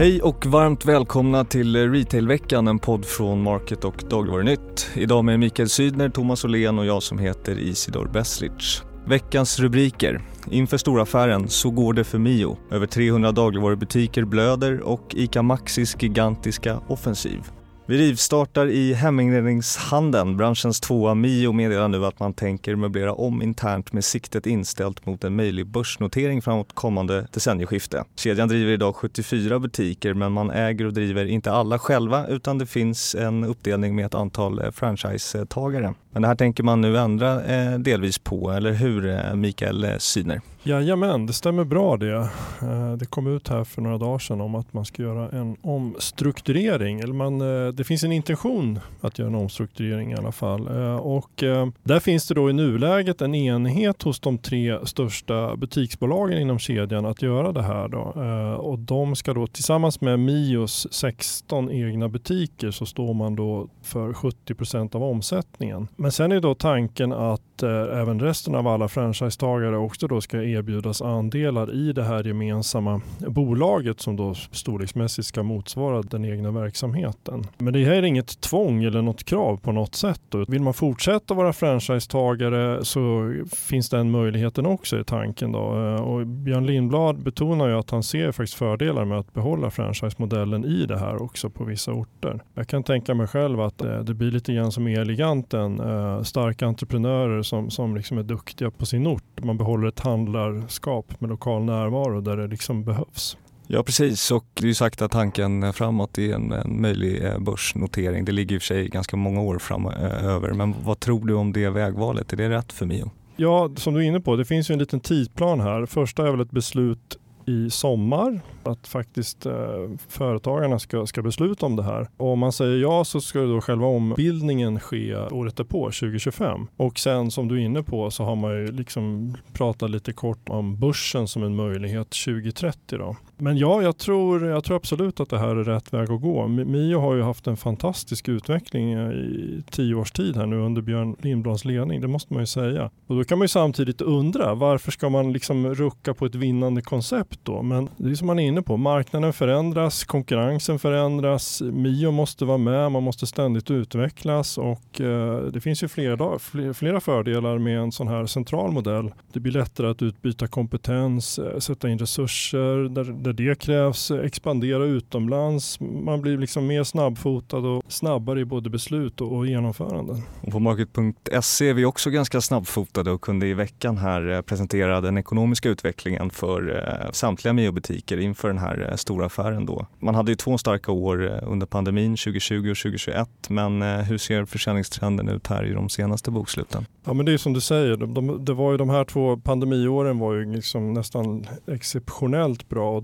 Hej och varmt välkomna till Retailveckan, en podd från Market och Dagligvarunytt. Idag med Mikael Sydner, Thomas Åhlén och jag som heter Isidor Beslic. Veckans rubriker. Inför storaffären så går det för Mio. Över 300 dagligvarubutiker blöder och ICA Maxis gigantiska offensiv. Vi rivstartar i heminredningshandeln. Branschens tvåa Mio meddelar nu att man tänker möblera om internt med siktet inställt mot en möjlig börsnotering framåt kommande decennieskifte. Kedjan driver idag 74 butiker, men man äger och driver inte alla själva, utan det finns en uppdelning med ett antal franchisetagare. Men det här tänker man nu ändra delvis på, eller hur Mikael Sydner? Jajamän, det stämmer bra det. Det kom ut här för några dagar sedan om att man ska göra en omstrukturering. Eller det finns en intention att göra en omstrukturering i alla fall. Och där finns det då i nuläget en enhet hos de 3 största butiksbolagen inom kedjan att göra det här då. Och de ska då tillsammans med Mios 16 egna butiker så står man då för 70% av omsättningen. Men sen är då tanken att även resten av alla franchisetagare också då ska erbjudas andelar i det här gemensamma bolaget som då storleksmässigt ska motsvara den egna verksamheten. Men det här är inget tvång eller något krav på något sätt då. Vill man fortsätta vara franchisetagare så finns den möjligheten också i tanken då. Och Björn Lindblad betonar ju att han ser faktiskt fördelar med att behålla franchisemodellen i det här också på vissa orter. Jag kan tänka mig själv att det blir lite grann som Eleganten, starka entreprenörer som liksom är duktiga på sin ort. Man behåller ett handlarskap med lokal närvaro där det liksom behövs. Ja, precis. Och det är ju sagt att tanken framåt är en möjlig börsnotering. Det ligger i och för sig ganska många år framöver. Men vad tror du om det vägvalet? Är det rätt för Mio? Ja, som du är inne på, det finns ju en liten tidplan här. Första är väl ett beslut i sommar att faktiskt företagarna ska besluta om det här. Och om man säger ja så ska då själva ombildningen ske året därpå, 2025. Och sen som du är inne på så har man ju liksom pratat lite kort om börsen som en möjlighet 2030 då. Men ja, jag tror absolut att det här är rätt väg att gå. Mio har ju haft en fantastisk utveckling i 10 års tid här nu under Björn Lindblads ledning, det måste man ju säga. Och då kan man ju samtidigt undra, varför ska man liksom rucka på ett vinnande koncept då? Men det är som man är inne på, marknaden förändras, konkurrensen förändras, Mio måste vara med, man måste ständigt utvecklas och det finns ju flera fördelar med en sån här central modell. Det blir lättare att utbyta kompetens, sätta in resurser där det krävs, expandera utomlands. Man blir liksom mer snabbfotad och snabbare i både beslut och genomföranden. Och på Market.se är vi också ganska snabbfotade och kunde i veckan här presentera den ekonomiska utvecklingen för samtliga Mio-butiker inför den här stora affären då. Man hade ju 2 starka år under pandemin, 2020 och 2021, men hur ser försäljningstrenden ut här i de senaste boksluten? Ja, men det är som du säger, det var ju de här 2 pandemiåren var ju liksom nästan exceptionellt bra.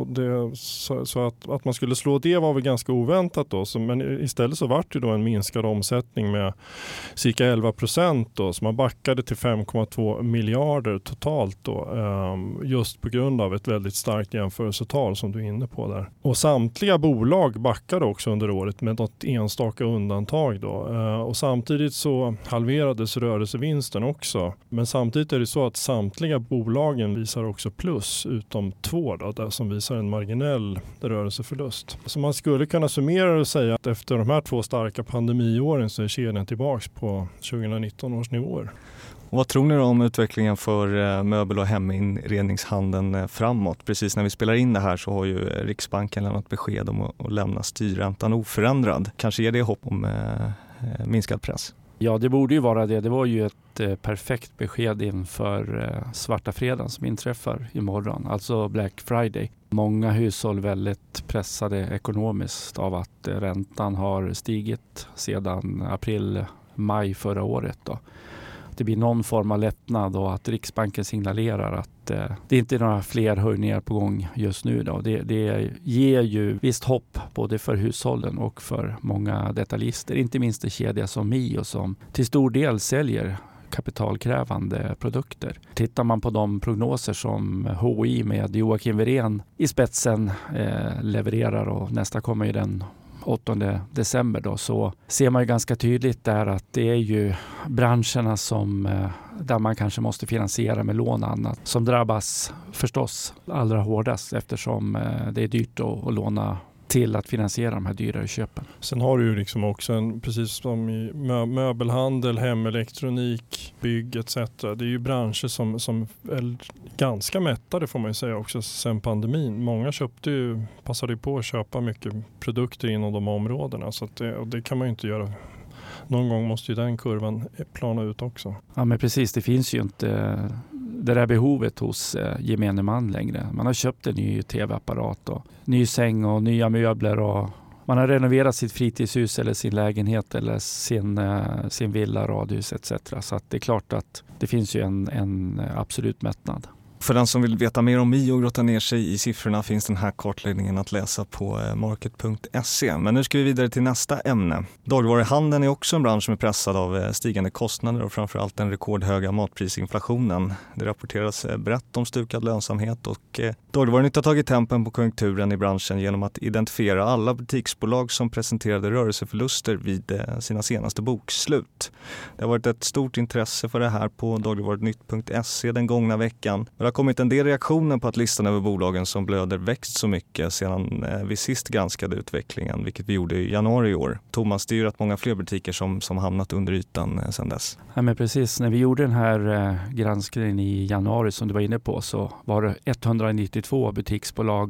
Så att man skulle slå det var väl ganska oväntat då. Men istället så var det då en minskad omsättning med cirka 11% då. Så man backade till 5,2 miljarder totalt då. Just på grund av ett väldigt starkt jämförelsetal som du är inne på där. Och samtliga bolag backade också under året med något enstaka undantag då. Och samtidigt så halverades rörelsevinsten också. Men samtidigt är det så att samtliga bolagen visar också plus utom 2 då, där som visar en marginell rörelseförlust. Så man skulle kunna summera och säga att efter de här 2 starka pandemiåren så är kedjan tillbaka på 2019 års nivåer. Och vad tror ni om utvecklingen för möbel- och heminredningshandeln framåt? Precis när vi spelar in det här så har ju Riksbanken lämnat besked om att lämna styrräntan oförändrad. Kanske ger det hopp om minskad press? Ja, det borde ju vara det. Det var ju ett perfekt besked inför svarta fredagen som inträffar imorgon, alltså Black Friday. Många hushåll väldigt pressade ekonomiskt av att räntan har stigit sedan april-maj förra året då. Det blir någon form av lättnad och att Riksbanken signalerar att det inte är några fler höjningar på gång just nu då. Det ger ju visst hopp både för hushållen och för många detaljister. Inte minst en kedja som Mio som till stor del säljer kapitalkrävande produkter. Tittar man på de prognoser som HI med Joakim Wirén i spetsen levererar och nästa kommer ju den 8 december då, så ser man ju ganska tydligt där att det är ju branscherna som där man kanske måste finansiera med lån och annat som drabbas förstås allra hårdast eftersom det är dyrt att låna till att finansiera de här dyrare köpen. Sen har du ju liksom också precis som i möbelhandel, hemelektronik, bygg etc. Det är ju branscher som är ganska mättade får man ju säga också sen pandemin. Många passade på att köpa mycket produkter inom de områdena så att det kan man ju inte göra. Någon gång måste ju den kurvan plana ut också. Ja men precis, det finns ju inte det där behovet hos gemene man längre. Man har köpt en ny tv-apparat och ny säng och nya möbler och man har renoverat sitt fritidshus eller sin lägenhet eller sin villa, radhus etc. Så att det är klart att det finns ju en absolut mättnad. För den som vill veta mer om MIO och grotta ner sig i siffrorna finns den här kartläggningen att läsa på market.se. Men nu ska vi vidare till nästa ämne. Dagligvaruhandeln är också en bransch som är pressad av stigande kostnader och framförallt den rekordhöga matprisinflationen. Det rapporteras brett om stukad lönsamhet och Dagligvarunytt har tagit tempen på konjunkturen i branschen genom att identifiera alla butiksbolag som presenterade rörelseförluster vid sina senaste bokslut. Det har varit ett stort intresse för det här på dagligvarunytt.se den gångna veckan. Det har kommit en del reaktioner på att listan över bolagen som blöder växt så mycket sedan vi sist granskade utvecklingen, vilket vi gjorde i januari i år. Thomas, det är ju rätt många fler butiker som hamnat under ytan sedan dess. Ja, men precis, när vi gjorde den här granskningen i januari som du var inne på så var det 192 butiksbolag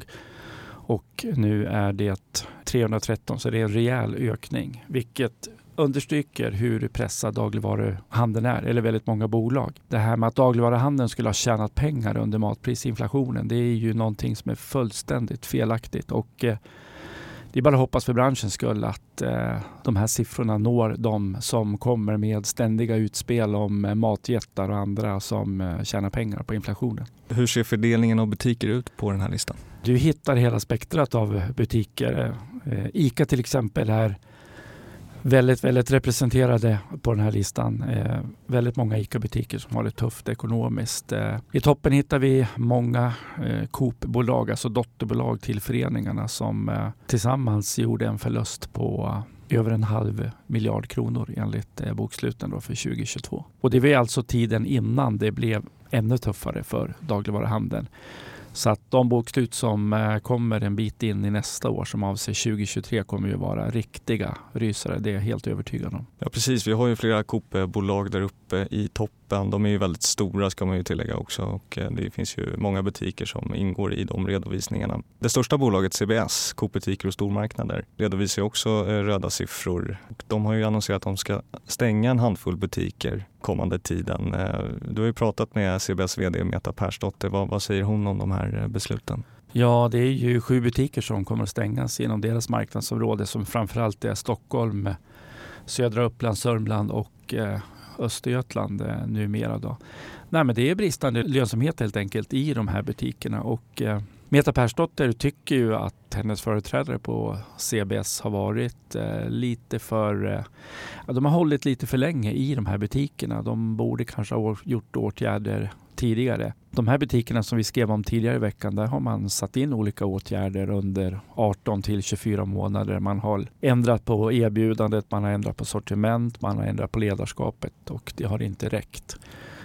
och nu är det 313, så det är en rejäl ökning, vilket understryker hur pressad dagligvaruhandeln är, eller väldigt många bolag. Det här med att dagligvaruhandeln skulle ha tjänat pengar under matprisinflationen, det är ju någonting som är fullständigt felaktigt och det är bara att hoppas för branschens skull att de här siffrorna når de som kommer med ständiga utspel om matjättar och andra som tjänar pengar på inflationen. Hur ser fördelningen av butiker ut på den här listan? Du hittar hela spektrat av butiker. ICA till exempel är väldigt, väldigt representerade på den här listan. Väldigt många ICA-butiker som har det tufft ekonomiskt. I toppen hittar vi många Coop-bolag, alltså dotterbolag till föreningarna som tillsammans gjorde en förlust på över 0,5 miljard kronor enligt boksluten då för 2022. Och det var alltså tiden innan det blev ännu tuffare för dagligvaruhandeln. Så att de bokslut som kommer en bit in i nästa år som avser 2023 kommer ju vara riktiga rysare. Det är jag helt övertygad om. Ja precis, vi har ju flera Coop-bolag där uppe i toppen. De är ju väldigt stora ska man ju tillägga också och det finns ju många butiker som ingår i de redovisningarna. Det största bolaget CBS, Coop-butiker och stormarknader, redovisar ju också röda siffror. Och de har ju annonserat att de ska stänga en handfull butiker kommande tiden. Du har ju pratat med CBS vd Meta Persdotter. Vad säger hon om de här besluten? Ja, det är ju 7 butiker som kommer att stängas inom deras marknadsområde som framförallt är Stockholm, södra Uppland, Sörmland och Östergötland numera då. Nej, men det är bristande lönsamhet helt enkelt i de här butikerna och Meta Persdotter tycker ju att hennes företrädare på CBS har varit lite för... de har hållit lite för länge i de här butikerna. De borde kanske ha gjort åtgärder tidigare. De här butikerna som vi skrev om tidigare i veckan, där har man satt in olika åtgärder under 18 till 24 månader. Man har ändrat på erbjudandet, man har ändrat på sortiment, man har ändrat på ledarskapet och det har inte räckt.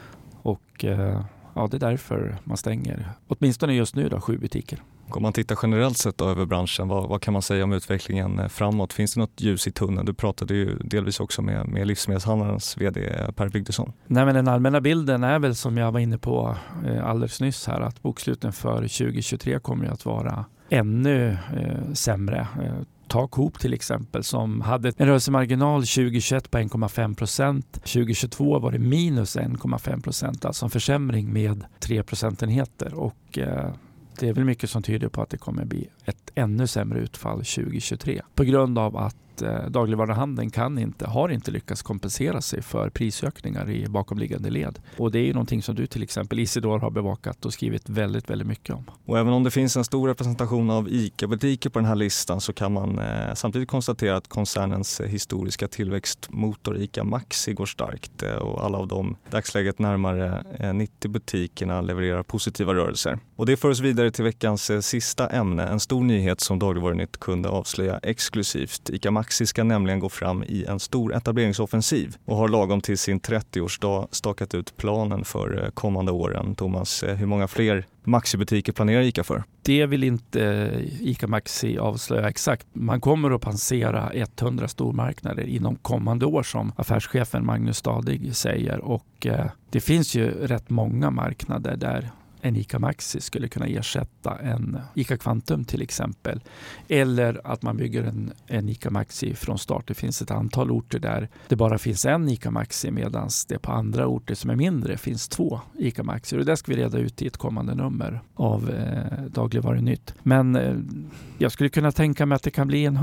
Och ja, det är därför man stänger. Åtminstone just nu då 7 butiker. Om man tittar generellt sett då över branschen, vad kan man säga om utvecklingen framåt? Finns det något ljus i tunneln? Du pratade ju delvis också med livsmedelshandlarens vd Per Bygdesson. Nej, men den allmänna bilden är väl som jag var inne på alldeles nyss här att boksluten för 2023 kommer att vara ännu sämre. Ta Coop till exempel som hade en rörelsemarginal 2021 på 1,5%. 2022 var det minus 1,5%, alltså en försämring med 3 procentenheter och det är väl mycket som tyder på att det kommer bli ett ännu sämre utfall 2023 på grund av att dagligvaruhandeln har inte lyckats kompensera sig för prisökningar i bakomliggande led. Och det är ju någonting som du till exempel Isidor har bevakat och skrivit väldigt, väldigt mycket om. Och även om det finns en stor representation av ICA-butiker på den här listan så kan man samtidigt konstatera att koncernens historiska tillväxtmotor ICA Maxi går starkt och alla av de dagsläget närmare 90 butikerna levererar positiva rörelser. Och det för oss vidare till veckans sista ämne, en stor nyhet som Dagligvarunytt kunde avslöja exklusivt. ICA Maxi ska nämligen gå fram i en stor etableringsoffensiv och har lagom till sin 30-årsdag stakat ut planen för kommande åren. Thomas, hur många fler Maxi-butiker planerar ICA för? Det vill inte ICA Maxi avslöja exakt. Man kommer att passera 100 stormarknader inom kommande år som affärschefen Magnus Stadig säger. Och det finns ju rätt många marknader där en ICA Maxi skulle kunna ersätta en ICA Kvantum till exempel. Eller att man bygger en ICA Maxi från start. Det finns ett antal orter där det bara finns en ICA Maxi medan det på andra orter som är mindre finns 2 ICA Maxi. Och det ska vi reda ut i ett kommande nummer av Dagligvarunytt. Men jag skulle kunna tänka mig att det kan bli en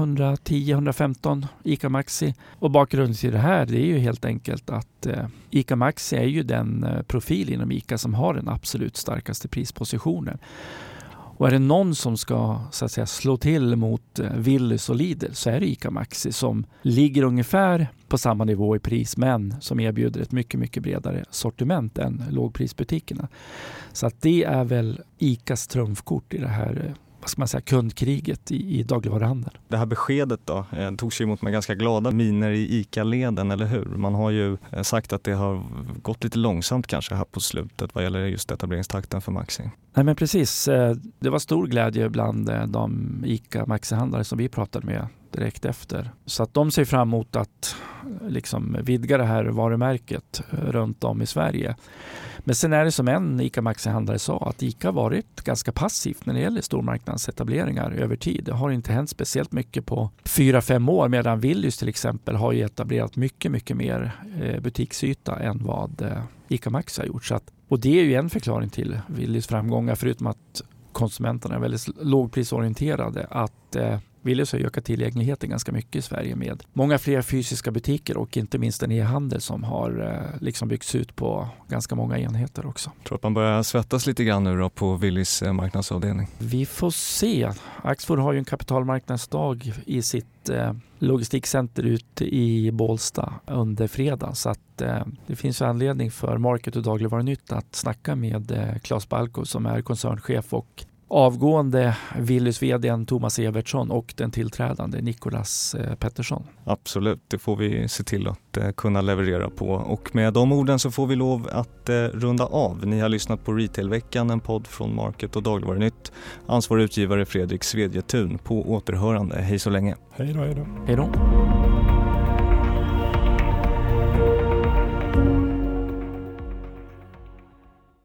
110-115 ICA Maxi. Och bakgrunden till det här det är ju helt enkelt att ICA Maxi är ju den profil inom ICA som har den absolut starkaste prispositionen. Och är det någon som ska så att säga, slå till mot Willys och Lidl så är det ICA Maxi som ligger ungefär på samma nivå i pris men som erbjuder ett mycket, mycket bredare sortiment än lågprisbutikerna. Så att det är väl ICAs trumfkort i det här kundkriget i dagligvaruhandeln. Det här beskedet då togs emot med ganska glada miner i ICA-leden, eller hur? Man har ju sagt att det har gått lite långsamt kanske här på slutet vad gäller just etableringstakten för Maxi. Nej men precis, det var stor glädje bland de ICA Maxi-handlare som vi pratade med direkt efter. Så att de ser fram emot att liksom vidga det här varumärket runt om i Sverige. Men sen är det som en ICA Maxi-handlare sa att ICA har varit ganska passivt när det gäller stormarknadsetableringar över tid. Det har inte hänt speciellt mycket på 4-5 år medan Willys till exempel har ju etablerat mycket, mycket mer butiksyta än vad ICA Maxi har gjort. Så att, och det är ju en förklaring till Willys framgångar förutom att konsumenterna är väldigt lågprisorienterade att Willys har ökat tillgängligheten ganska mycket i Sverige med många fler fysiska butiker och inte minst en e-handel som har liksom byggts ut på ganska många enheter också. Jag tror att man börjar svettas lite grann nu då på Willys marknadsavdelning. Vi får se. Axfood har ju en kapitalmarknadsdag i sitt logistikcenter ute i Bålsta under fredag så att det finns ju anledning för Market och Dagligvarunytt att snacka med Claes Balko som är koncernchef och avgående Willys vd Thomas Evertsson och den tillträdande Nicolas Pettersson. Absolut, det får vi se till att kunna leverera på. Och med de orden så får vi lov att runda av. Ni har lyssnat på Retailveckan, en podd från Market och Dagligvarunytt. Ansvarig utgivare Fredrik Svedjetun. På återhörande. Hej så länge. Hej då. Hej då.